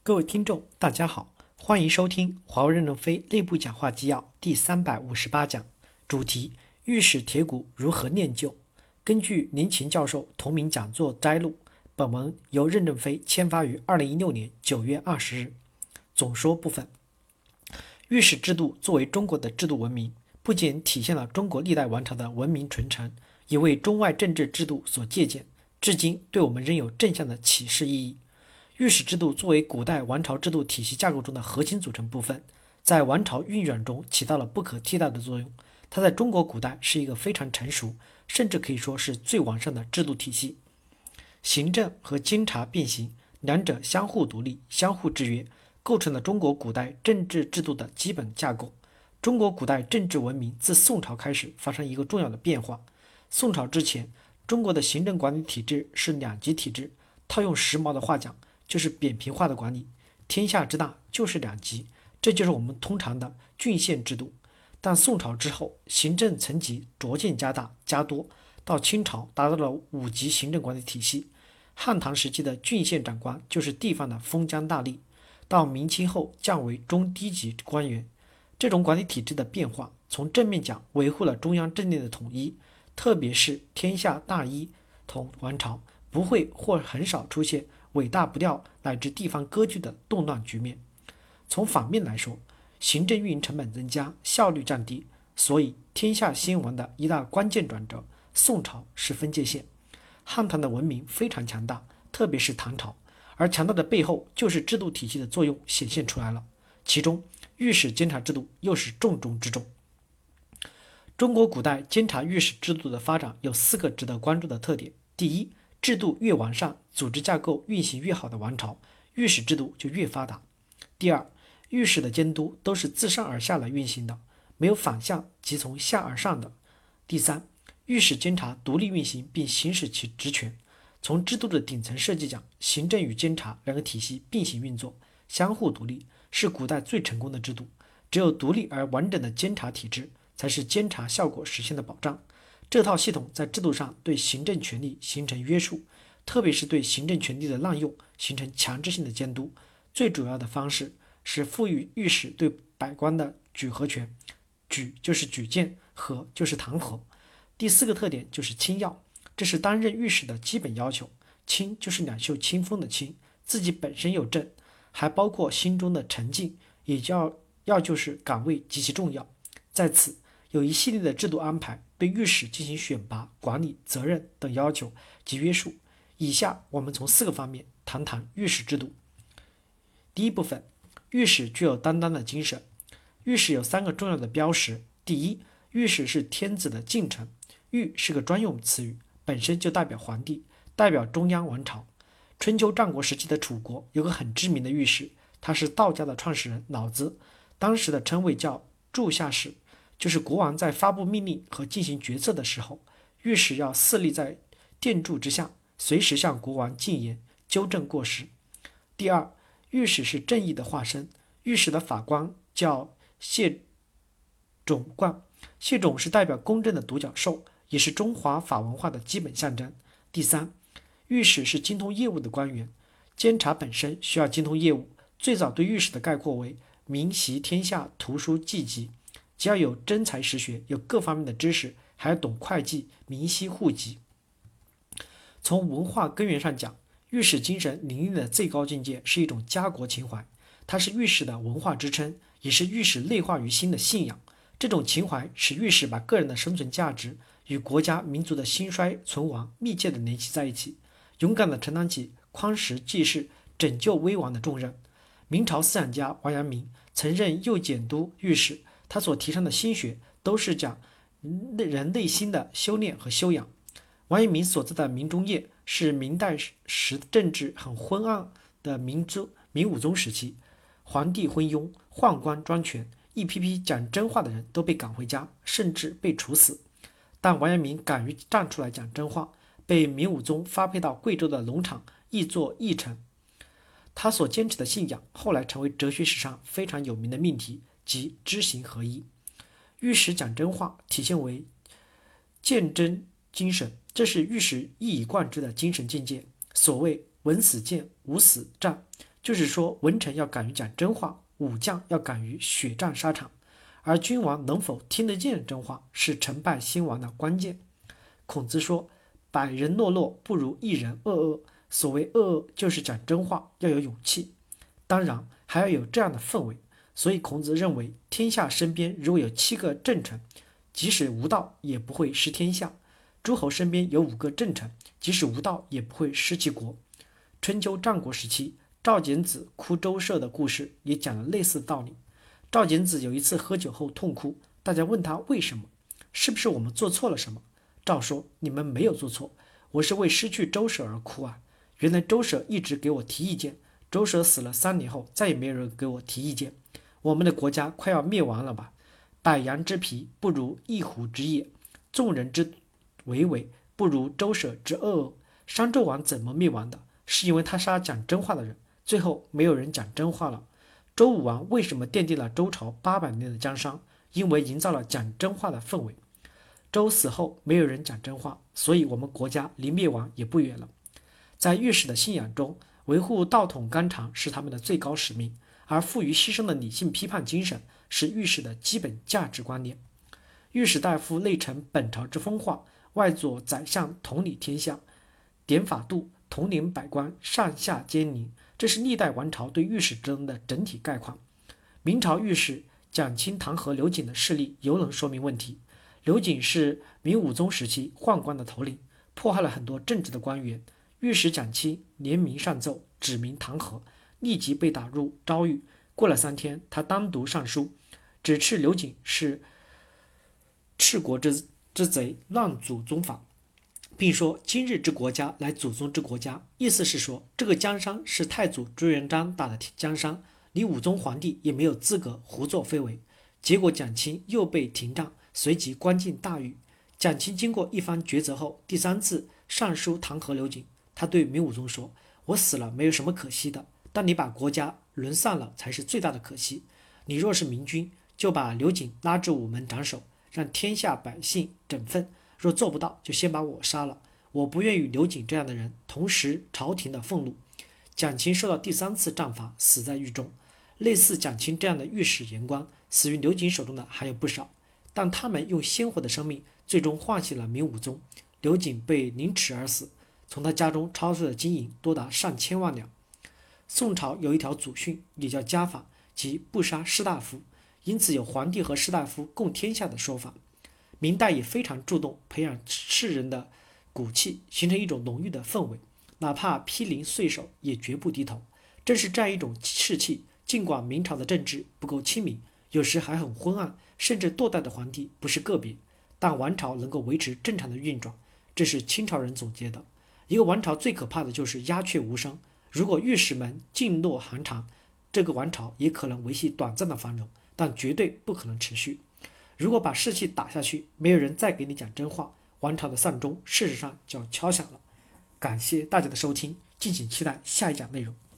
各位听众，大家好，欢迎收听华为任正非内部讲话纪要第358讲，主题：御史铁骨如何练就。根据林勤教授同名讲座摘录，本文由任正非签发于2016年9月20日。总说部分，御史制度作为中国的制度文明，不仅体现了中国历代王朝的文明传承，也为中外政治制度所借鉴，至今对我们仍有正向的启示意义。御史制度作为古代王朝制度体系架构中的核心组成部分，在王朝运转中起到了不可替代的作用。它在中国古代是一个非常成熟，甚至可以说是最完善的制度体系。行政和监察并行，两者相互独立、相互制约，构成了中国古代政治制度的基本架构。中国古代政治文明自宋朝开始发生一个重要的变化。宋朝之前，中国的行政管理体制是两级体制，套用时髦的话讲，就是扁平化的管理，天下之大就是两级，这就是我们通常的郡县制度。但宋朝之后，行政层级逐渐加大加多，到清朝达到了5级行政管理体系。汉唐时期的郡县长官就是地方的封疆大吏，到明清后降为中低级官员。这种管理体制的变化，从正面讲维护了中央政令的统一，特别是天下大一统王朝不会或很少出现尾大不掉乃至地方割据的动乱局面。从反面来说，行政运营成本增加，效率降低，所以天下兴亡的一大关键转折，宋朝是分界线。汉唐的文明非常强大，特别是唐朝，而强大的背后就是制度体系的作用显现出来了，其中御史监察制度又是重中之重。中国古代监察御史制度的发展有4个值得关注的特点。第一，制度越完善，组织架构运行越好的王朝，御史制度就越发达。第二，御史的监督都是自上而下来运行的，没有反向即从下而上的。第三，御史监察独立运行并行使其职权。从制度的顶层设计讲，行政与监察两个体系并行运作，相互独立，是古代最成功的制度。只有独立而完整的监察体制，才是监察效果实现的保障。这套系统在制度上对行政权力形成约束，特别是对行政权力的滥用形成强制性的监督。最主要的方式是赋予御史对百官的举核权，举就是举荐，核就是弹劾。第4个特点就是亲要，这是担任御史的基本要求。亲就是两袖清风的亲，自己本身有正，还包括心中的沉静，也要就是岗位极其重要。在此有一系列的制度安排，对御史进行选拔、管理、责任等要求及约束。以下我们从4个方面谈谈御史制度。第一部分，御史具有担当的精神。御史有3个重要的标识。第一，御史是天子的近臣。御是个专用词语，本身就代表皇帝，代表中央王朝。春秋战国时期的楚国有个很知名的御史，他是道家的创始人老子，当时的称谓叫柱下史，就是国王在发布命令和进行决策的时候，御史要侍立在殿柱之下，随时向国王进言，纠正过失。第二，御史是正义的化身。御史的法官叫谢种冠，谢种是代表公正的独角兽，也是中华法文化的基本象征。第三，御史是精通业务的官员。监察本身需要精通业务，最早对御史的概括为明习天下图书记籍，既要有真才实学，有各方面的知识，还要懂会计、明晰户籍。从文化根源上讲，御史精神领域的最高境界是一种家国情怀，它是御史的文化支撑，也是御史内化于心的信仰。这种情怀使御史把个人的生存价值与国家民族的兴衰存亡密切地联系在一起，勇敢地承担起匡时济世、拯救危亡的重任。明朝思想家王阳明曾任右检督御史，他所提倡的心学都是讲人内心的修炼和修养。王阳明所在的明中叶是明代时政治很昏暗的明武宗时期，皇帝昏庸，宦官专权，一批批讲真话的人都被赶回家，甚至被处死。但王阳明敢于站出来讲真话，被明武宗发配到贵州的农场译作驿丞。他所坚持的信仰后来成为哲学史上非常有名的命题，即知行合一。御史讲真话体现为鉴真精神，这是御史一以贯之的精神境界。所谓文死谏，武死战， 就是说文臣要敢于讲真话，武将要敢于血战沙场，而君王能否听得见真话，是成败兴亡的关键。孔子说：百人诺诺，不如一人恶恶。所谓恶恶，就是讲真话要有勇气，当然还要有这样的氛围。所以孔子认为，天下身边如果有7个正臣，即使无道也不会失天下；诸侯身边有5个正臣，即使无道也不会失其国。春秋战国时期，赵简子哭周舍的故事也讲了类似的道理。赵简子有一次喝酒后痛哭，大家问他为什么，是不是我们做错了什么？赵说：你们没有做错，我是为失去周舍而哭啊。原来周舍一直给我提意见，周舍死了3年后，再也没有人给我提意见。我们的国家快要灭亡了吧？百羊之皮不如一虎之野，众人之为为不如周舍之恶恶。商纣王怎么灭亡的？是因为他杀讲真话的人，最后没有人讲真话了。周武王为什么奠定了周朝800年的江山？因为营造了讲真话的氛围。周死后没有人讲真话，所以我们国家离灭亡也不远了。在御史的信仰中，维护道统纲常是他们的最高使命，而富于牺牲的理性批判精神是御史的基本价值观念。御史大夫内承本朝之风化，外佐宰相统理天下，典法度，统领百官，上下兼宁，这是历代王朝对御史之恩的整体概况。明朝御史蒋钦弹劾刘瑾的事例尤能说明问题。刘瑾是明武宗时期宦官的头领，迫害了很多正直的官员。御史蒋钦联名上奏，指明弹劾，立即被打入诏狱。过了3天，他单独上书，指斥刘瑾是赤国之贼，乱祖宗法，并说今日之国家乃祖宗之国家，意思是说这个江山是太祖朱元璋打的江山，你武宗皇帝也没有资格胡作非为。结果蒋钦又被停杖，随即关进大狱。蒋钦经过一番抉择后，第3次上书弹劾刘瑾。他对明武宗说：我死了没有什么可惜的，但你把国家沦丧了才是最大的可惜。你若是明君，就把刘瑾拉至午门斩首，让天下百姓振奋，若做不到，就先把我杀了。我不愿与刘瑾这样的人同时朝廷的愤怒。蒋钦受到第3次杖罚，死在狱中。类似蒋钦这样的御史言官，死于刘瑾手中的还有不少，但他们用鲜活的生命最终唤醒了明武宗。刘瑾被凌迟而死，从他家中抄出的金银多达上千万两。宋朝有一条祖训，也叫家法，即不杀士大夫，因此有皇帝和士大夫共天下的说法。明代也非常注重培养士人的骨气，形成一种浓郁的氛围，哪怕批临岁首也绝不低头。正是这样一种士气，尽管明朝的政治不够清明，有时还很昏暗，甚至堕怠的皇帝不是个别，但王朝能够维持正常的运转，这是清朝人总结的。一个王朝最可怕的就是鸦雀无声，如果御史们噤若寒蝉，这个王朝也可能维系短暂的繁荣，但绝对不可能持续。如果把士气打下去，没有人再给你讲真话，王朝的丧钟事实上就要敲响了。感谢大家的收听，敬请期待下一讲内容。